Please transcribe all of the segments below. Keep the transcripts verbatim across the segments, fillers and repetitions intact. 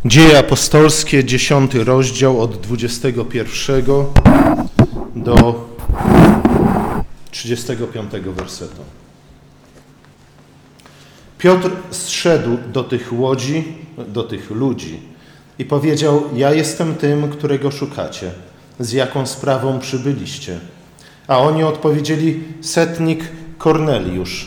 Dzieje apostolskie, dziesiąty rozdział od dwudziestego pierwszego do trzydziestego piątego wersetu. Piotr zszedł do tych łodzi, do tych ludzi i powiedział: ja jestem tym, którego szukacie. Z jaką sprawą przybyliście? A oni odpowiedzieli: setnik Korneliusz,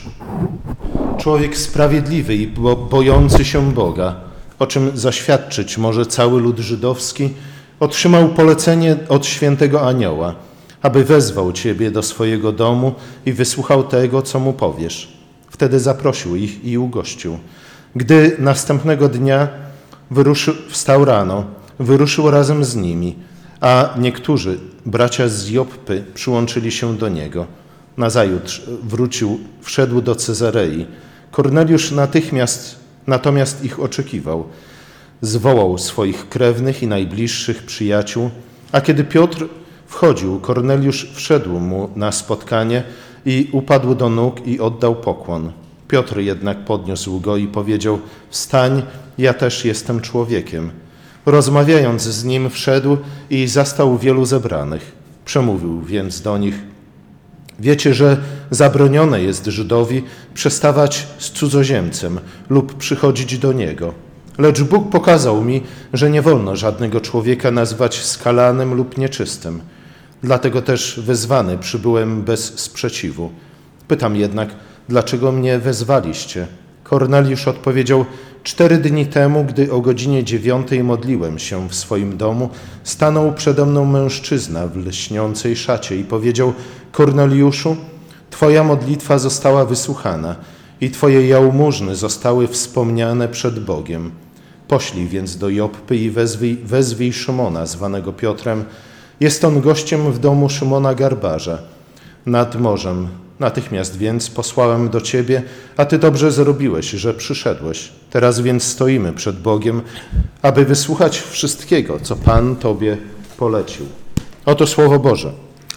człowiek sprawiedliwy i bojący się Boga, o czym zaświadczyć może cały lud żydowski, otrzymał polecenie od świętego anioła, aby wezwał ciebie do swojego domu i wysłuchał tego, co mu powiesz. Wtedy zaprosił ich i ugościł. Gdy następnego dnia wyruszył, wstał rano, wyruszył razem z nimi, a niektórzy bracia z Joppy przyłączyli się do niego. Nazajutrz wrócił, wszedł do Cezarei. Korneliusz natychmiast natomiast ich oczekiwał. Zwołał swoich krewnych i najbliższych przyjaciół, a kiedy Piotr wchodził, Korneliusz wszedł mu na spotkanie i upadł do nóg i oddał pokłon. Piotr jednak podniósł go i powiedział: wstań, ja też jestem człowiekiem. Rozmawiając z nim, wszedł i zastał wielu zebranych. Przemówił więc do nich: wiecie, że zabronione jest Żydowi przestawać z cudzoziemcem lub przychodzić do niego. Lecz Bóg pokazał mi, że nie wolno żadnego człowieka nazwać skalanym lub nieczystym. Dlatego też wezwany przybyłem bez sprzeciwu. Pytam jednak, dlaczego mnie wezwaliście? Korneliusz odpowiedział: cztery dni temu, gdy o godzinie dziewiątej modliłem się w swoim domu, stanął przede mną mężczyzna w lśniącej szacie i powiedział: Korneliuszu, twoja modlitwa została wysłuchana i twoje jałmużny zostały wspomniane przed Bogiem. Poślij więc do Joppy i wezwij, wezwij Szymona, zwanego Piotrem. Jest on gościem w domu Szymona Garbarza nad morzem. Natychmiast więc posłałem do ciebie, a ty dobrze zrobiłeś, że przyszedłeś. Teraz więc stoimy przed Bogiem, aby wysłuchać wszystkiego, co Pan tobie polecił. Oto Słowo Boże.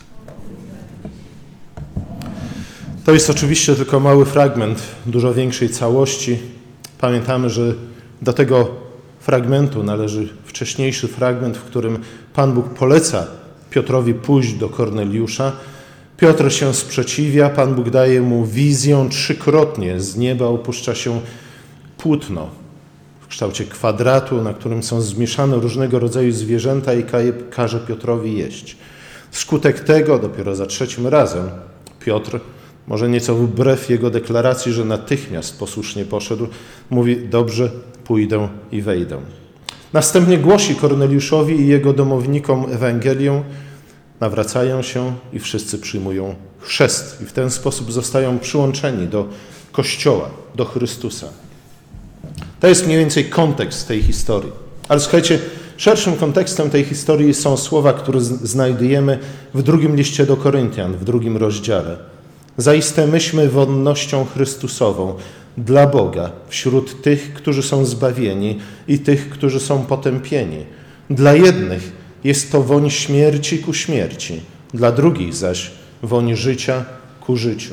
To jest oczywiście tylko mały fragment dużo większej całości. Pamiętamy, że do tego fragmentu należy wcześniejszy fragment, w którym Pan Bóg poleca Piotrowi pójść do Korneliusza. Piotr się sprzeciwia, Pan Bóg daje mu wizję, trzykrotnie z nieba opuszcza się płótno w kształcie kwadratu, na którym są zmieszane różnego rodzaju zwierzęta i każe Piotrowi jeść. Wskutek tego dopiero za trzecim razem Piotr, może nieco wbrew jego deklaracji, że natychmiast posłusznie poszedł, mówi: dobrze, pójdę i wejdę. Następnie głosi Korneliuszowi i jego domownikom Ewangelię, nawracają się i wszyscy przyjmują chrzest i w ten sposób zostają przyłączeni do Kościoła, do Chrystusa. To jest mniej więcej kontekst tej historii. Ale słuchajcie, szerszym kontekstem tej historii są słowa, które znajdujemy w drugim liście do Koryntian, w drugim rozdziale. Zaiste myśmy wonnością Chrystusową dla Boga wśród tych, którzy są zbawieni i tych, którzy są potępieni. Dla jednych jest to woń śmierci ku śmierci, dla drugich zaś woń życia ku życiu.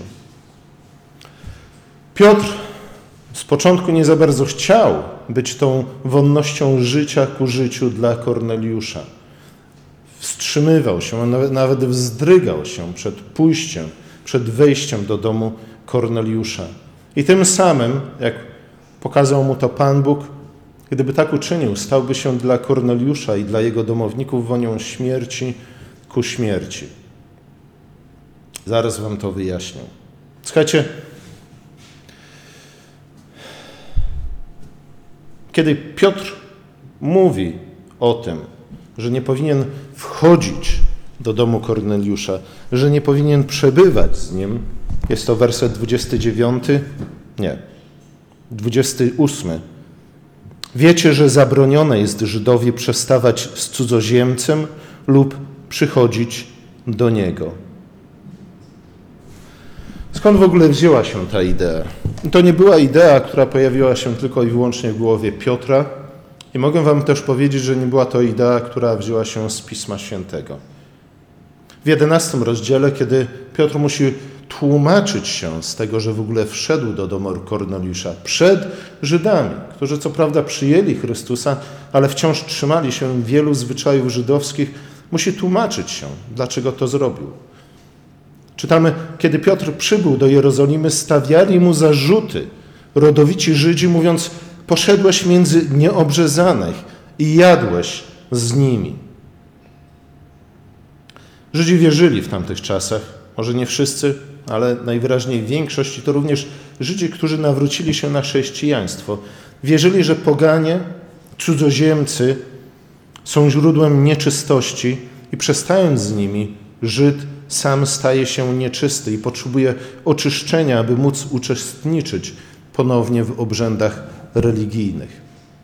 Piotr z początku nie za bardzo chciał być tą wonnością życia ku życiu dla Korneliusza. Wstrzymywał się, nawet, nawet wzdrygał się przed pójściem, przed wejściem do domu Korneliusza. I tym samym, jak pokazał mu to Pan Bóg, gdyby tak uczynił, stałby się dla Korneliusza i dla jego domowników wonią śmierci ku śmierci. Zaraz wam to wyjaśnię. Słuchajcie, kiedy Piotr mówi o tym, że nie powinien wchodzić do domu Korneliusza, że nie powinien przebywać z nim, jest to werset dwudziesty dziewiąty, nie, dwudziesty ósmy. Wiecie, że zabronione jest Żydowi przestawać z cudzoziemcem lub przychodzić do niego. Skąd w ogóle wzięła się ta idea? To nie była idea, która pojawiła się tylko i wyłącznie w głowie Piotra i mogę wam też powiedzieć, że nie była to idea, która wzięła się z Pisma Świętego. W jedenastym rozdziale, kiedy Piotr musi tłumaczyć się z tego, że w ogóle wszedł do domu Korneliusza przed Żydami, którzy co prawda przyjęli Chrystusa, ale wciąż trzymali się wielu zwyczajów żydowskich, musi tłumaczyć się, dlaczego to zrobił. Czytamy, kiedy Piotr przybył do Jerozolimy, stawiali mu zarzuty rodowici Żydzi, mówiąc: poszedłeś między nieobrzezanych i jadłeś z nimi. Żydzi wierzyli w tamtych czasach, może nie wszyscy, ale najwyraźniej większość, i to również Żydzi, którzy nawrócili się na chrześcijaństwo, wierzyli, że poganie, cudzoziemcy są źródłem nieczystości i przestając z nimi, Żyd sam staje się nieczysty i potrzebuje oczyszczenia, aby móc uczestniczyć ponownie w obrzędach religijnych.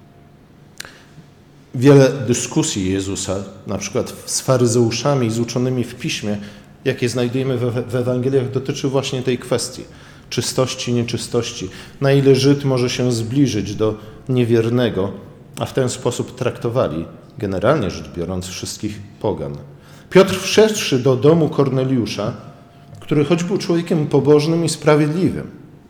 Wiele dyskusji Jezusa, na przykład z faryzeuszami i z uczonymi w Piśmie, jakie znajdujemy w Ewangeliach, dotyczy właśnie tej kwestii czystości, nieczystości. Na ile Żyd może się zbliżyć do niewiernego, a w ten sposób traktowali, generalnie rzecz biorąc, wszystkich pogan. Piotr, wszedłszy do domu Korneliusza, który choć był człowiekiem pobożnym i sprawiedliwym.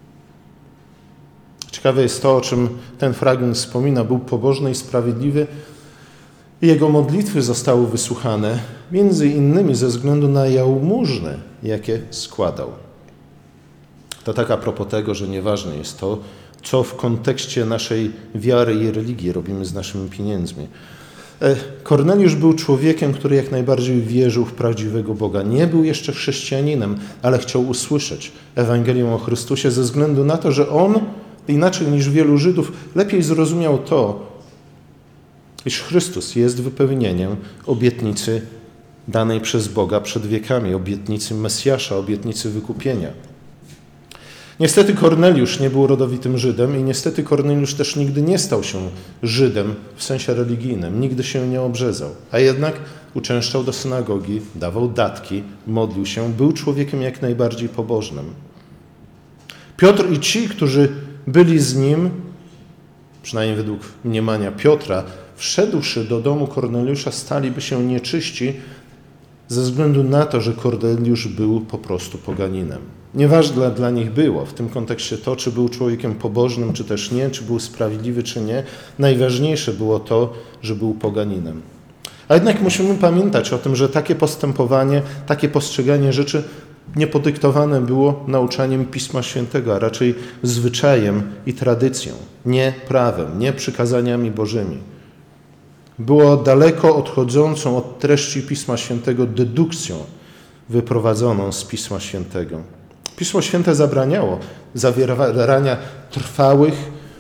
Ciekawe jest to, o czym ten fragment wspomina. Był pobożny i sprawiedliwy i jego modlitwy zostały wysłuchane, między innymi ze względu na jałmużny, jakie składał. To tak a propos tego, że nieważne jest to, co w kontekście naszej wiary i religii robimy z naszymi pieniędzmi. Korneliusz był człowiekiem, który jak najbardziej wierzył w prawdziwego Boga. Nie był jeszcze chrześcijaninem, ale chciał usłyszeć Ewangelię o Chrystusie ze względu na to, że on, inaczej niż wielu Żydów, lepiej zrozumiał to, iż Chrystus jest wypełnieniem obietnicy danej przez Boga przed wiekami, obietnicy Mesjasza, obietnicy wykupienia. Niestety Korneliusz nie był rodowitym Żydem i niestety Korneliusz też nigdy nie stał się Żydem w sensie religijnym, nigdy się nie obrzezał, a jednak uczęszczał do synagogi, dawał datki, modlił się, był człowiekiem jak najbardziej pobożnym. Piotr i ci, którzy byli z nim, przynajmniej według mniemania Piotra, wszedłszy do domu Korneliusza, staliby się nieczyści ze względu na to, że Korneliusz był po prostu poganinem. Nieważne dla nich było w tym kontekście to, czy był człowiekiem pobożnym, czy też nie, czy był sprawiedliwy, czy nie. Najważniejsze było to, że był poganinem. A jednak musimy pamiętać o tym, że takie postępowanie, takie postrzeganie rzeczy nie podyktowane było nauczaniem Pisma Świętego, a raczej zwyczajem i tradycją, nie prawem, nie przykazaniami Bożymi. Było daleko odchodzącą od treści Pisma Świętego dedukcją wyprowadzoną z Pisma Świętego. Pismo Święte zabraniało zawierania trwałych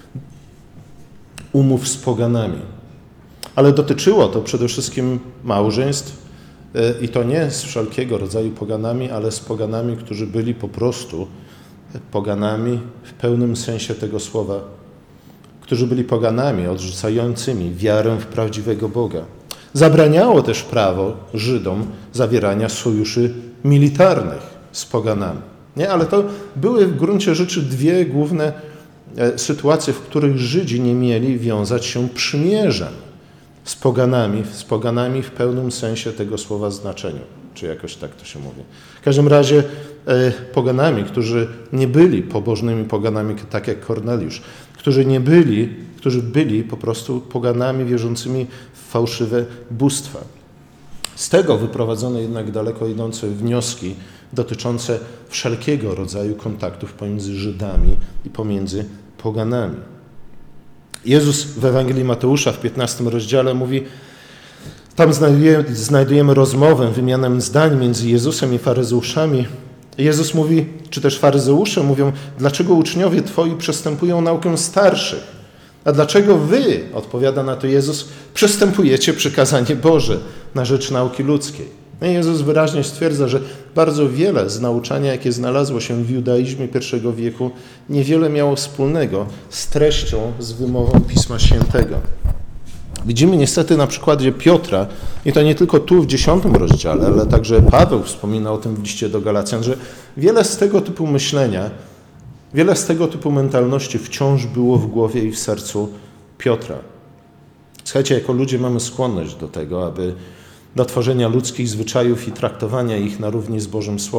umów z poganami, ale dotyczyło to przede wszystkim małżeństw i to nie z wszelkiego rodzaju poganami, ale z poganami, którzy byli po prostu poganami w pełnym sensie tego słowa, którzy byli poganami odrzucającymi wiarę w prawdziwego Boga. Zabraniało też prawo Żydom zawierania sojuszy militarnych z poganami. Nie, ale to były w gruncie rzeczy dwie główne sytuacje, w których Żydzi nie mieli wiązać się przymierzem z poganami, z poganami w pełnym sensie tego słowa znaczeniu, czy jakoś tak to się mówi. W każdym razie e, poganami, którzy nie byli pobożnymi poganami, tak jak Korneliusz, którzy nie byli, którzy byli po prostu poganami wierzącymi w fałszywe bóstwa. Z tego wyprowadzono jednak daleko idące wnioski dotyczące wszelkiego rodzaju kontaktów pomiędzy Żydami i pomiędzy poganami. Jezus w Ewangelii Mateusza w piętnastym rozdziale mówi, tam znajdujemy, znajdujemy rozmowę, wymianę zdań między Jezusem i faryzeuszami. Jezus mówi, czy też faryzeusze mówią, dlaczego uczniowie twoi przestępują naukę starszych? A dlaczego wy, odpowiada na to Jezus, przestępujecie przykazanie Boże na rzecz nauki ludzkiej? No i Jezus wyraźnie stwierdza, że bardzo wiele z nauczania, jakie znalazło się w judaizmie pierwszego wieku, niewiele miało wspólnego z treścią, z wymową Pisma Świętego. Widzimy niestety na przykładzie Piotra, i to nie tylko tu w dziesiątym rozdziale, ale także Paweł wspomina o tym w liście do Galacjan, że wiele z tego typu myślenia, wiele z tego typu mentalności wciąż było w głowie i w sercu Piotra. Słuchajcie, jako ludzie mamy skłonność do tego, aby do tworzenia ludzkich zwyczajów i traktowania ich na równi z Bożym Słowem.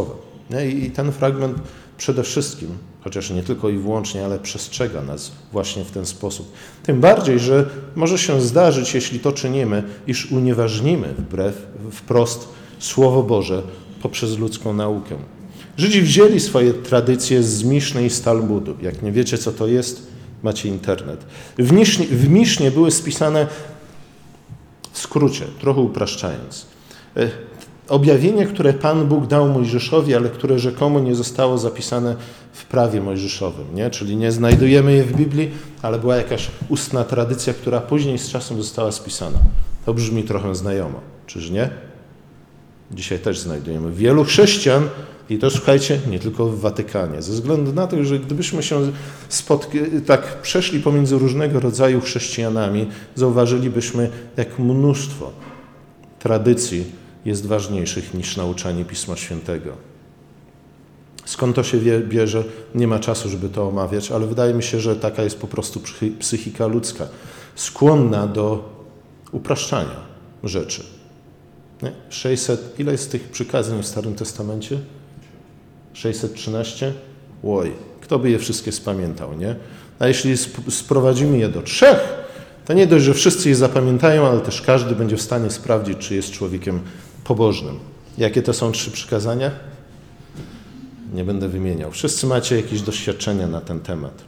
Nie? I ten fragment przede wszystkim, chociaż nie tylko i wyłącznie, ale przestrzega nas właśnie w ten sposób. Tym bardziej, że może się zdarzyć, jeśli to czynimy, iż unieważnimy wbrew, wprost Słowo Boże poprzez ludzką naukę. Żydzi wzięli swoje tradycje z Miszny i z Talmudu. Jak nie wiecie, co to jest, macie internet. W Misznie, w Misznie były spisane, w skrócie, trochę upraszczając, objawienie, które Pan Bóg dał Mojżeszowi, ale które rzekomo nie zostało zapisane w prawie mojżeszowym. Nie? Czyli nie znajdujemy je w Biblii, ale była jakaś ustna tradycja, która później z czasem została spisana. To brzmi trochę znajomo, czyż nie? Dzisiaj też znajdujemy wielu chrześcijan, i to słuchajcie, nie tylko w Watykanie, ze względu na to, że gdybyśmy się spotk- tak przeszli pomiędzy różnego rodzaju chrześcijanami, zauważylibyśmy, jak mnóstwo tradycji jest ważniejszych niż nauczanie Pisma Świętego. Skąd to się wie, bierze? Nie ma czasu, żeby to omawiać, ale wydaje mi się, że taka jest po prostu psychika ludzka, skłonna do upraszczania rzeczy. Nie? sześćset, ile jest tych przykazań w Starym Testamencie? sześćset trzynaście? Oj, kto by je wszystkie spamiętał, nie? A jeśli sp- sprowadzimy je do trzech, to nie dość, że wszyscy je zapamiętają, ale też każdy będzie w stanie sprawdzić, czy jest człowiekiem pobożnym. Jakie to są trzy przykazania? Nie będę wymieniał. Wszyscy macie jakieś doświadczenia na ten temat.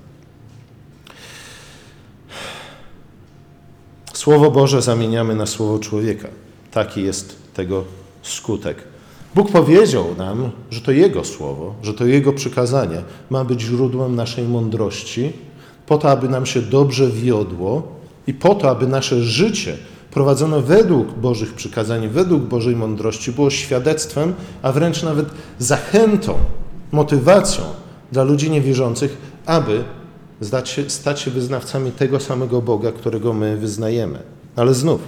Słowo Boże zamieniamy na słowo człowieka. Taki jest tego skutek. Bóg powiedział nam, że to Jego słowo, że to Jego przykazanie ma być źródłem naszej mądrości, po to, aby nam się dobrze wiodło i po to, aby nasze życie prowadzone według Bożych przykazań, według Bożej mądrości było świadectwem, a wręcz nawet zachętą, motywacją dla ludzi niewierzących, aby stać się, stać się wyznawcami tego samego Boga, którego my wyznajemy. Ale znów,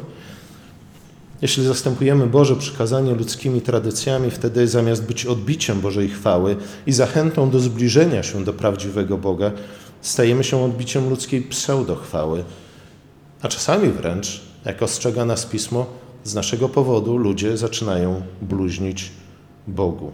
jeśli zastępujemy Boże przykazanie ludzkimi tradycjami, wtedy zamiast być odbiciem Bożej chwały i zachętą do zbliżenia się do prawdziwego Boga, stajemy się odbiciem ludzkiej pseudochwały. A czasami wręcz, jak ostrzega nas Pismo, z naszego powodu ludzie zaczynają bluźnić Bogu.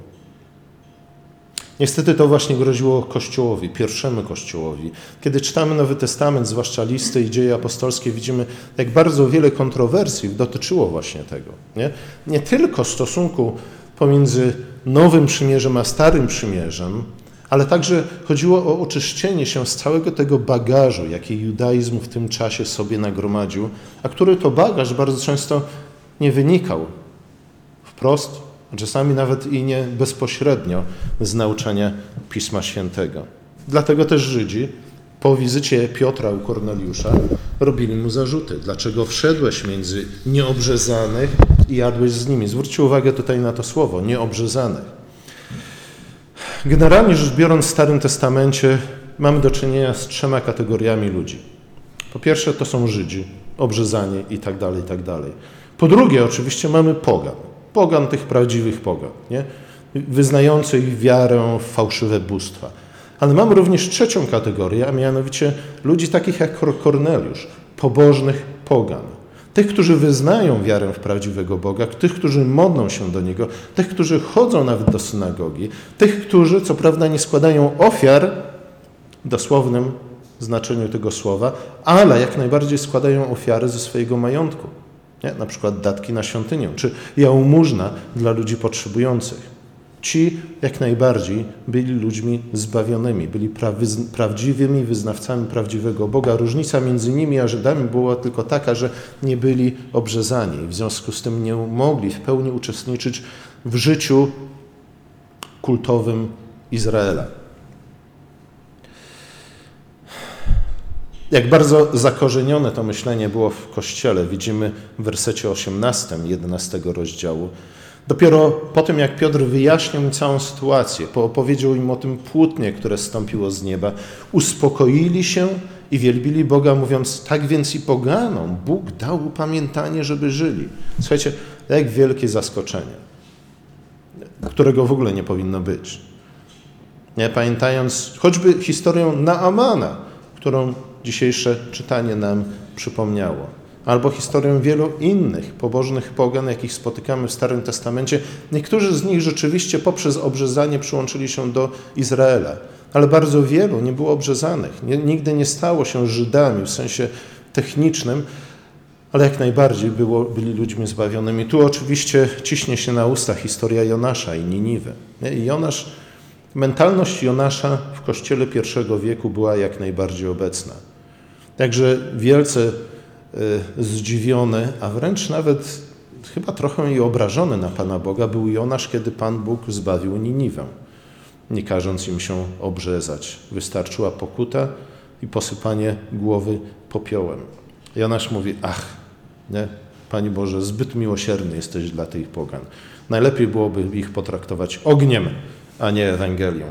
Niestety to właśnie groziło Kościołowi, pierwszemu Kościołowi. Kiedy czytamy Nowy Testament, zwłaszcza listy i dzieje apostolskie, widzimy, jak bardzo wiele kontrowersji dotyczyło właśnie tego. Nie, nie tylko stosunku pomiędzy Nowym Przymierzem a Starym Przymierzem, ale także chodziło o oczyszczenie się z całego tego bagażu, jaki judaizm w tym czasie sobie nagromadził, a który to bagaż bardzo często nie wynikał wprost, a czasami nawet i nie bezpośrednio z nauczania Pisma Świętego. Dlatego też Żydzi po wizycie Piotra u Korneliusza robili mu zarzuty. Dlaczego wszedłeś między nieobrzezanych i jadłeś z nimi? Zwróćcie uwagę tutaj na to słowo, nieobrzezanych. Generalnie rzecz biorąc, w Starym Testamencie mamy do czynienia z trzema kategoriami ludzi. Po pierwsze to są Żydzi, obrzezani i tak dalej, i tak dalej. Po drugie oczywiście mamy pogan. Pogan tych prawdziwych pogan, nie? Wyznających wiarę w fałszywe bóstwa. Ale mamy również trzecią kategorię, a mianowicie ludzi takich jak Korneliusz, pobożnych pogan. Tych, którzy wyznają wiarę w prawdziwego Boga, tych, którzy modlą się do Niego, tych, którzy chodzą nawet do synagogi, tych, którzy co prawda nie składają ofiar w dosłownym znaczeniu tego słowa, ale jak najbardziej składają ofiary ze swojego majątku. Nie? Na przykład datki na świątynię, czy jałmużna dla ludzi potrzebujących. Ci jak najbardziej byli ludźmi zbawionymi, byli pra- prawdziwymi wyznawcami prawdziwego Boga. Różnica między nimi a Żydami była tylko taka, że nie byli obrzezani. W związku z tym nie mogli w pełni uczestniczyć w życiu kultowym Izraela. Jak bardzo zakorzenione to myślenie było w Kościele, widzimy w wersecie osiemnastym jedenastego rozdziału. Dopiero po tym, jak Piotr wyjaśnił im całą sytuację, opowiedział im o tym płótnie, które zstąpiło z nieba, uspokoili się i wielbili Boga, mówiąc, tak więc i poganom Bóg dał upamiętanie, żeby żyli. Słuchajcie, jak wielkie zaskoczenie, którego w ogóle nie powinno być. Nie pamiętając choćby historię Naamana, którą dzisiejsze czytanie nam przypomniało. albo historię wielu innych pobożnych pogan, jakich spotykamy w Starym Testamencie. Niektórzy z nich rzeczywiście poprzez obrzezanie przyłączyli się do Izraela, ale bardzo wielu nie było obrzezanych. Nie, nigdy nie stało się Żydami w sensie technicznym, ale jak najbardziej było, byli ludźmi zbawionymi. Tu oczywiście ciśnie się na usta historia Jonasza i Niniwy. I Jonasz, mentalność Jonasza w kościele pierwszego wieku była jak najbardziej obecna. Także wielce y, zdziwiony, a wręcz nawet chyba trochę i obrażony na Pana Boga był Jonasz, kiedy Pan Bóg zbawił Niniwę, nie każąc im się obrzezać. Wystarczyła pokuta i posypanie głowy popiołem. Jonasz mówi, ach, nie, Panie Boże, zbyt miłosierny jesteś dla tych pogan. Najlepiej byłoby ich potraktować ogniem, a nie Ewangelią.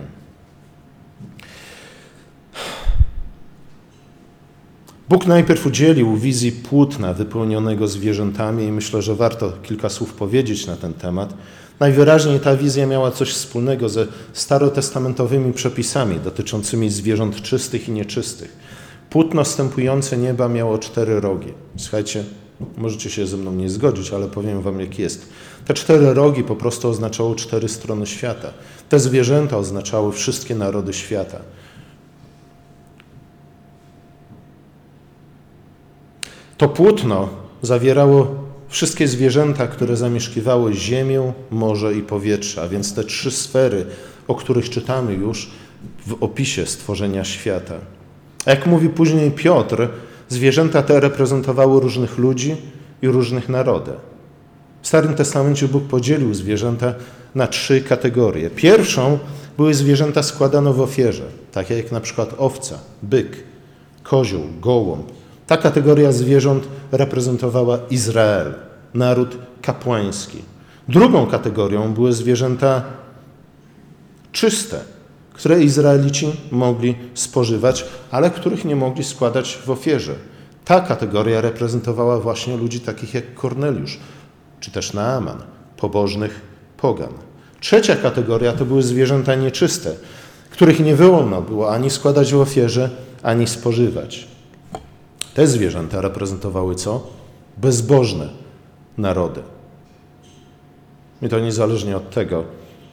Bóg najpierw udzielił wizji płótna wypełnionego zwierzętami i myślę, że warto kilka słów powiedzieć na ten temat. Najwyraźniej ta wizja miała coś wspólnego ze starotestamentowymi przepisami dotyczącymi zwierząt czystych i nieczystych. Płótno zstępujące nieba miało cztery rogi. Słuchajcie, możecie się ze mną nie zgodzić, ale powiem wam, jak jest. Te cztery rogi po prostu oznaczały cztery strony świata. Te zwierzęta oznaczały wszystkie narody świata. To płótno zawierało wszystkie zwierzęta, które zamieszkiwały ziemię, morze i powietrze, a więc te trzy sfery, o których czytamy już w opisie stworzenia świata. A jak mówi później Piotr, zwierzęta te reprezentowały różnych ludzi i różnych narody. W Starym Testamencie Bóg podzielił zwierzęta na trzy kategorie. Pierwszą były zwierzęta składane w ofierze, takie jak na przykład owca, byk, kozioł, gołąb. Ta kategoria zwierząt reprezentowała Izrael, naród kapłański. Drugą kategorią były zwierzęta czyste, które Izraelici mogli spożywać, ale których nie mogli składać w ofierze. Ta kategoria reprezentowała właśnie ludzi takich jak Korneliusz, czy też Naaman, pobożnych pogan. Trzecia kategoria to były zwierzęta nieczyste, których nie wolno było ani składać w ofierze, ani spożywać. Te zwierzęta reprezentowały co? Bezbożne narody. I to niezależnie od tego,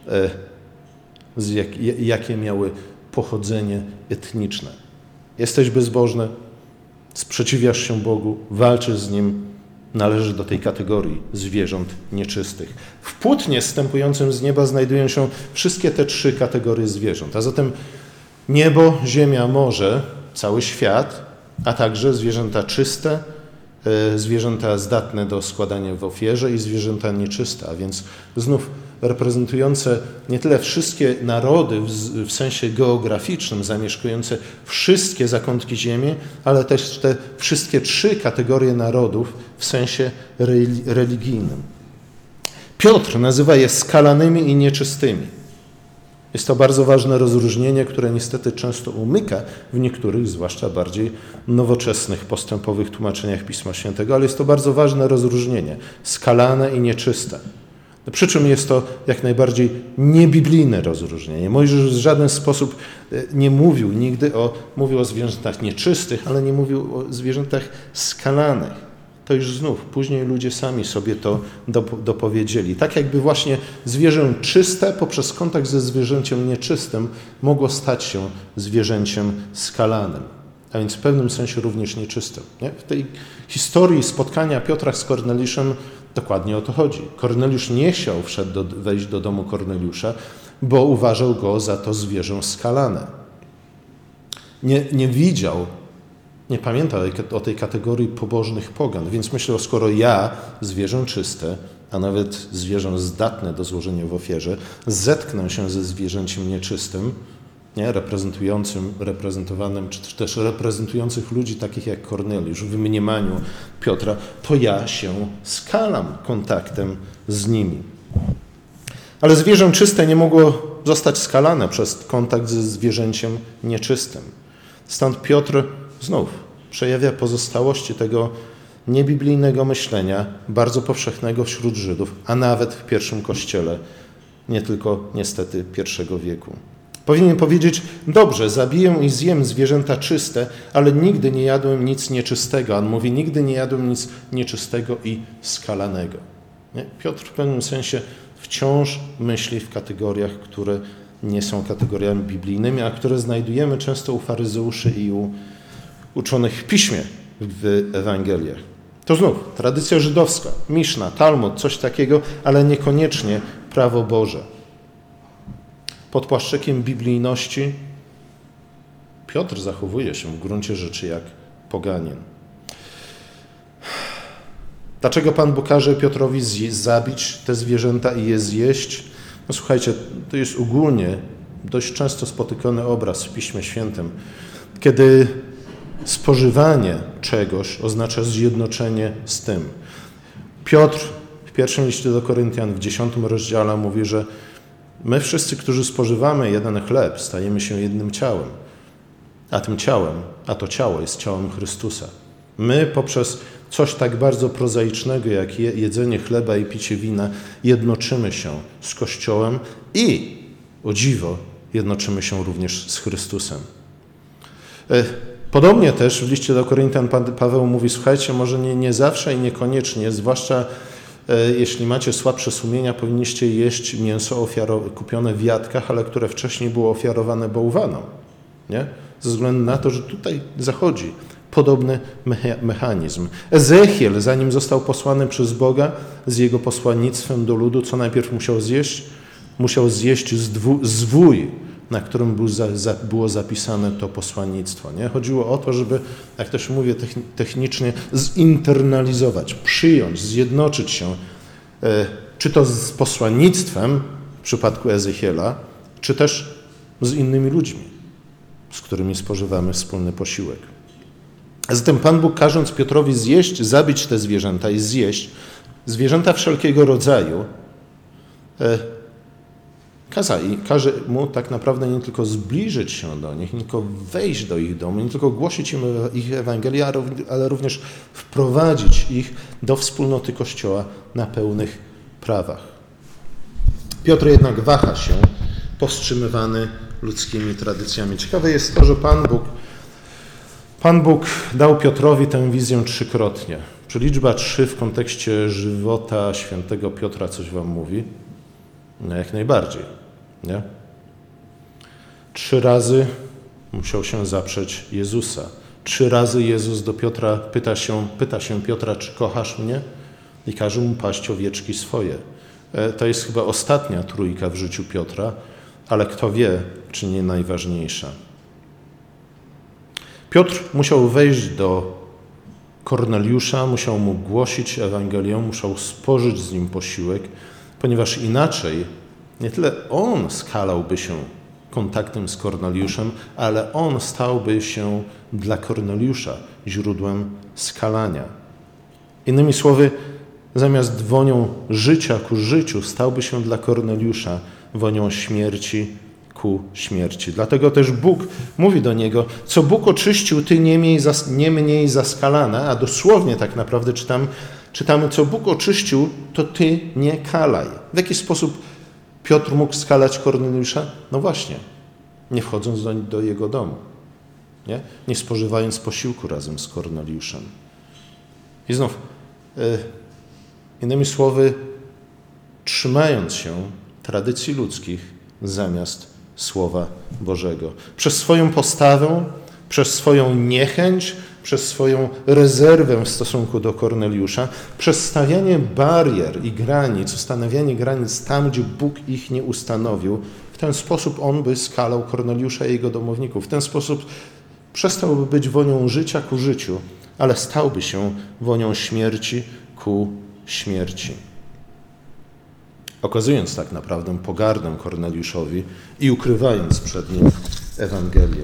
z jak, jakie miały pochodzenie etniczne. Jesteś bezbożny, sprzeciwiasz się Bogu, walczysz z Nim, należy do tej kategorii zwierząt nieczystych. W płótnie zstępującym z nieba znajdują się wszystkie te trzy kategorie zwierząt, a zatem niebo, ziemia, morze, cały świat, a także zwierzęta czyste, zwierzęta zdatne do składania w ofierze i zwierzęta nieczyste, a więc znów reprezentujące nie tyle wszystkie narody w, w sensie geograficznym, zamieszkujące wszystkie zakątki ziemi, ale też te wszystkie trzy kategorie narodów w sensie religijnym. Piotr nazywa je skalanymi i nieczystymi. Jest to bardzo ważne rozróżnienie, które niestety często umyka w niektórych, zwłaszcza bardziej nowoczesnych, postępowych tłumaczeniach Pisma Świętego, ale jest to bardzo ważne rozróżnienie, skalane i nieczyste. Przy czym jest to jak najbardziej niebiblijne rozróżnienie. Mojżesz w żaden sposób nie mówił nigdy o, mówił o zwierzętach nieczystych, ale nie mówił o zwierzętach skalanych. To już znów później ludzie sami sobie to dopowiedzieli. Tak jakby właśnie zwierzę czyste poprzez kontakt ze zwierzęciem nieczystym mogło stać się zwierzęciem skalanym, a więc w pewnym sensie również nieczystym. Nie? W tej historii spotkania Piotra z Korneliuszem dokładnie o to chodzi. Korneliusz nie chciał wszedł do, wejść do domu Korneliusza, bo uważał go za to zwierzę skalane. Nie, nie widział, nie pamięta o tej kategorii pobożnych pogan, więc myślę, skoro ja, zwierzę czyste, a nawet zwierzę zdatne do złożenia w ofierze, zetknę się ze zwierzęciem nieczystym, nie, reprezentującym, reprezentowanym, czy też reprezentujących ludzi takich jak Korneliusz w mniemaniu Piotra, to ja się skalam kontaktem z nimi. Ale zwierzę czyste nie mogło zostać skalane przez kontakt ze zwierzęciem nieczystym. Stąd Piotr znów przejawia pozostałości tego niebiblijnego myślenia, bardzo powszechnego wśród Żydów, a nawet w pierwszym kościele, nie tylko niestety pierwszego wieku. Powinien powiedzieć, dobrze, zabiję i zjem zwierzęta czyste, ale nigdy nie jadłem nic nieczystego. On mówi, nigdy nie jadłem nic nieczystego i skalanego. Nie? Piotr w pewnym sensie wciąż myśli w kategoriach, które nie są kategoriami biblijnymi, a które znajdujemy często u faryzeuszy i u uczonych w Piśmie, w Ewangeliach. To znów tradycja żydowska, Miszna, Talmud, coś takiego, ale niekoniecznie prawo Boże. Pod płaszczykiem biblijności Piotr zachowuje się w gruncie rzeczy jak poganin. Dlaczego Pan Bóg każe Piotrowi zabić te zwierzęta i je zjeść? No słuchajcie, to jest ogólnie dość często spotykany obraz w Piśmie Świętym, kiedy spożywanie czegoś oznacza zjednoczenie z tym. Piotr w pierwszym liście do Koryntian w dziesiątym rozdziale mówi, że my wszyscy, którzy spożywamy jeden chleb, stajemy się jednym ciałem. A tym ciałem, a to ciało jest ciałem Chrystusa. My poprzez coś tak bardzo prozaicznego, jak jedzenie chleba i picie wina, jednoczymy się z Kościołem i, o dziwo, jednoczymy się również z Chrystusem. Podobnie też w liście do Koryntian Paweł mówi, słuchajcie, może nie, nie zawsze i niekoniecznie, zwłaszcza jeśli macie słabsze sumienia, powinniście jeść mięso ofiaro- kupione w jatkach, ale które wcześniej było ofiarowane bałwanom. Nie? Ze względu na to, że tutaj zachodzi podobny mecha- mechanizm. Ezechiel, zanim został posłany przez Boga z jego posłannictwem do ludu, co najpierw musiał zjeść? Musiał zjeść zdwu- zwój, na którym był za, za, było zapisane to posłannictwo. Nie? Chodziło o to, żeby, jak to się mówi technicznie, zinternalizować, przyjąć, zjednoczyć się, e, czy to z posłannictwem w przypadku Ezechiela, czy też z innymi ludźmi, z którymi spożywamy wspólny posiłek. A zatem Pan Bóg, każąc Piotrowi zjeść, zabić te zwierzęta i zjeść, zwierzęta wszelkiego rodzaju, e, Kaza i każe mu tak naprawdę nie tylko zbliżyć się do nich, nie tylko wejść do ich domu, nie tylko głosić im ich Ewangelię, ale również wprowadzić ich do wspólnoty Kościoła na pełnych prawach. Piotr jednak waha się, powstrzymywany ludzkimi tradycjami. Ciekawe jest to, że Pan Bóg, Pan Bóg dał Piotrowi tę wizję trzykrotnie. Czy liczba trzy w kontekście żywota świętego Piotra coś wam mówi? No jak najbardziej. Nie? Trzy razy musiał się zaprzeć Jezusa. Trzy razy Jezus do Piotra pyta się, pyta się Piotra, czy kochasz mnie? I każe mu paść owieczki swoje. To jest chyba ostatnia trójka w życiu Piotra, ale kto wie, czy nie najważniejsza. Piotr musiał wejść do Korneliusza, musiał mu głosić Ewangelię, musiał spożyć z nim posiłek, ponieważ inaczej nie tyle on skalałby się kontaktem z Korneliuszem, ale on stałby się dla Korneliusza źródłem skalania. Innymi słowy, zamiast wonią życia ku życiu, stałby się dla Korneliusza wonią śmierci ku śmierci. Dlatego też Bóg mówi do niego, co Bóg oczyścił, ty nie mniej, nie mniej zaskalana, a dosłownie tak naprawdę czytam, czytamy, co Bóg oczyścił, to ty nie kalaj. W jaki sposób Piotr mógł skalać Korneliusza? No właśnie, nie wchodząc do, do jego domu, nie? nie spożywając posiłku razem z Korneliuszem. I znów, yy, innymi słowy, trzymając się tradycji ludzkich zamiast Słowa Bożego. Przez swoją postawę, przez swoją niechęć, przez swoją rezerwę w stosunku do Korneliusza, przez stawianie barier i granic, ustanawianie granic tam, gdzie Bóg ich nie ustanowił, w ten sposób on by skalał Korneliusza i jego domowników. W ten sposób przestałby być wonią życia ku życiu, ale stałby się wonią śmierci ku śmierci. Okazując tak naprawdę pogardę Korneliuszowi i ukrywając przed nim Ewangelię.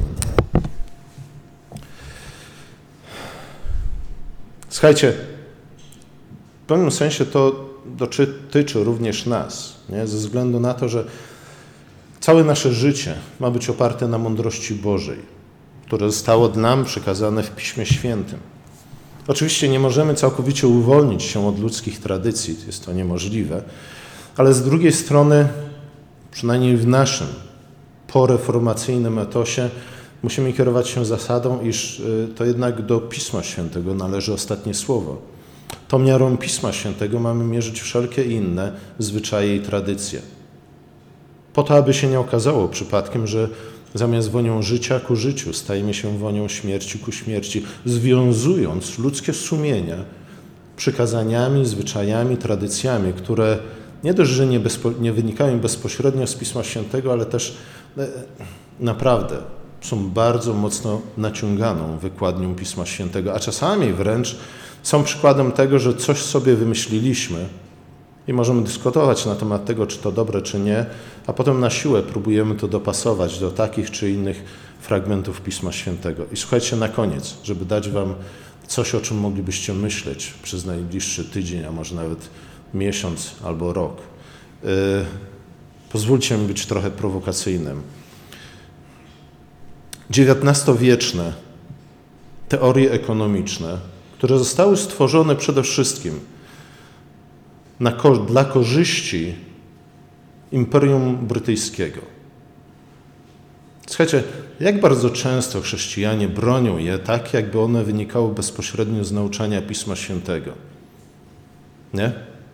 Słuchajcie, w pewnym sensie to dotyczy również nas, nie? Ze względu na to, że całe nasze życie ma być oparte na mądrości Bożej, które zostało nam przekazane w Piśmie Świętym. Oczywiście nie możemy całkowicie uwolnić się od ludzkich tradycji, jest to niemożliwe, ale z drugiej strony, przynajmniej w naszym poreformacyjnym etosie musimy kierować się zasadą, iż to jednak do Pisma Świętego należy ostatnie słowo. Tą miarą Pisma Świętego mamy mierzyć wszelkie inne zwyczaje i tradycje. Po to, aby się nie okazało przypadkiem, że zamiast wonią życia ku życiu stajemy się wonią śmierci ku śmierci, związując ludzkie sumienia przykazaniami, zwyczajami, tradycjami, które nie dość, że nie, bezpo, nie wynikają bezpośrednio z Pisma Świętego, ale też e, naprawdę są bardzo mocno naciąganą wykładnią Pisma Świętego, a czasami wręcz są przykładem tego, że coś sobie wymyśliliśmy i możemy dyskutować na temat tego, czy to dobre, czy nie, a potem na siłę próbujemy to dopasować do takich czy innych fragmentów Pisma Świętego. I słuchajcie, na koniec, żeby dać wam coś, o czym moglibyście myśleć przez najbliższy tydzień, a może nawet miesiąc albo rok. Yy, pozwólcie mi być trochę prowokacyjnym. dziewiętnastowieczne teorie ekonomiczne, które zostały stworzone przede wszystkim na, dla korzyści Imperium Brytyjskiego. Słuchajcie, jak bardzo często chrześcijanie bronią je tak, jakby one wynikały bezpośrednio z nauczania Pisma Świętego. Nie?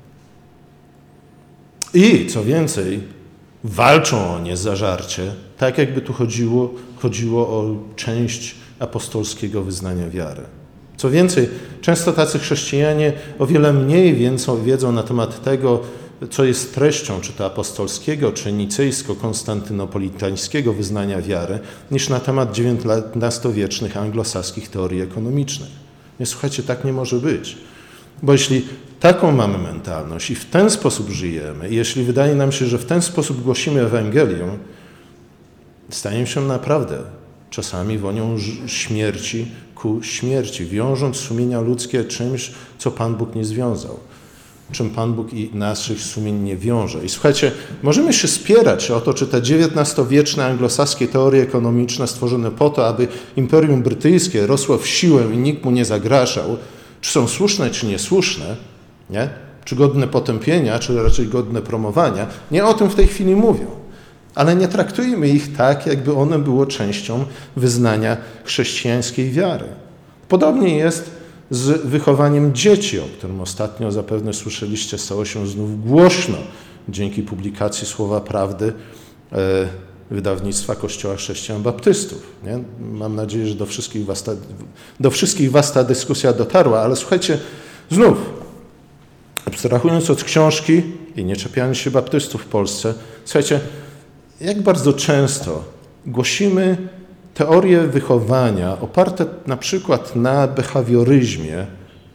I co więcej, walczą o nie zażarcie, tak jakby tu chodziło, chodziło o część apostolskiego wyznania wiary. Co więcej, często tacy chrześcijanie o wiele mniej wiedzą, wiedzą na temat tego, co jest treścią czy to apostolskiego, czy nicejsko-konstantynopolitańskiego wyznania wiary, niż na temat dziewiętnastowiecznych anglosaskich teorii ekonomicznych. Nie, słuchajcie, tak nie może być. Bo jeśli taką mamy mentalność i w ten sposób żyjemy, i jeśli wydaje nam się, że w ten sposób głosimy Ewangelię, stajemy się naprawdę czasami wonią śmierci ku śmierci, wiążąc sumienia ludzkie czymś, co Pan Bóg nie związał, czym Pan Bóg i naszych sumień nie wiąże. I słuchajcie, możemy się spierać o to, czy te dziewiętnastowieczne anglosaskie teorie ekonomiczne stworzone po to, aby Imperium Brytyjskie rosło w siłę i nikt mu nie zagrażał, czy są słuszne, czy niesłuszne, nie? Czy godne potępienia, czy raczej godne promowania. Nie o tym w tej chwili mówią. Ale nie traktujmy ich tak, jakby one było częścią wyznania chrześcijańskiej wiary. Podobnie jest z wychowaniem dzieci, o którym ostatnio zapewne słyszeliście, stało się znów głośno dzięki publikacji Słowa Prawdy e, wydawnictwa Kościoła Chrześcijan Baptystów. Nie? Mam nadzieję, że do wszystkich, was ta, do wszystkich was ta dyskusja dotarła, ale słuchajcie, znów, abstrahując od książki i nie czepiając się baptystów w Polsce, słuchajcie, jak bardzo często głosimy teorie wychowania oparte na przykład na behawioryzmie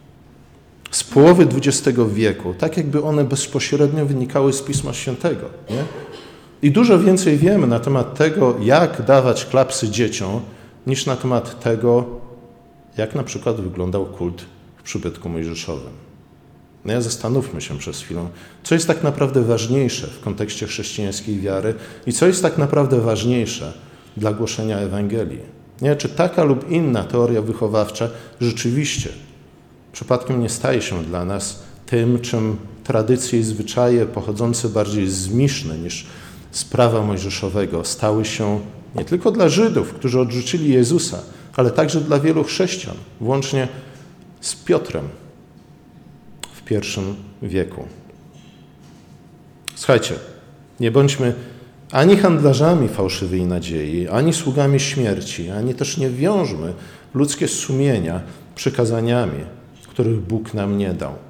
z połowy dwudziestego wieku, tak jakby one bezpośrednio wynikały z Pisma Świętego. Nie? I dużo więcej wiemy na temat tego, jak dawać klapsy dzieciom, niż na temat tego, jak na przykład wyglądał kult w przybytku mojżeszowym. No ja zastanówmy się przez chwilę, co jest tak naprawdę ważniejsze w kontekście chrześcijańskiej wiary i co jest tak naprawdę ważniejsze dla głoszenia Ewangelii. Nie? Czy taka lub inna teoria wychowawcza rzeczywiście przypadkiem nie staje się dla nas tym, czym tradycje i zwyczaje pochodzące bardziej z Miszny niż z prawa mojżeszowego stały się nie tylko dla Żydów, którzy odrzucili Jezusa, ale także dla wielu chrześcijan, włącznie z Piotrem w pierwszym wieku. Słuchajcie, nie bądźmy ani handlarzami fałszywej nadziei, ani sługami śmierci, ani też nie wiążmy ludzkie sumienia przykazaniami, których Bóg nam nie dał.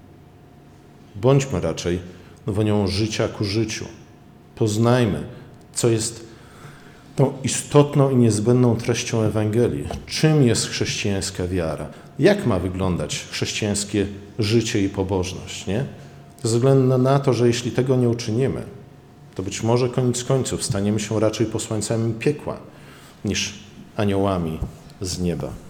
Bądźmy raczej wonią życia ku życiu. Poznajmy, co jest tą istotną i niezbędną treścią Ewangelii. Czym jest chrześcijańska wiara? Jak ma wyglądać chrześcijańskie życie i pobożność, nie? Ze względu na to, że jeśli tego nie uczynimy, to być może koniec końców staniemy się raczej posłańcami piekła niż aniołami z nieba.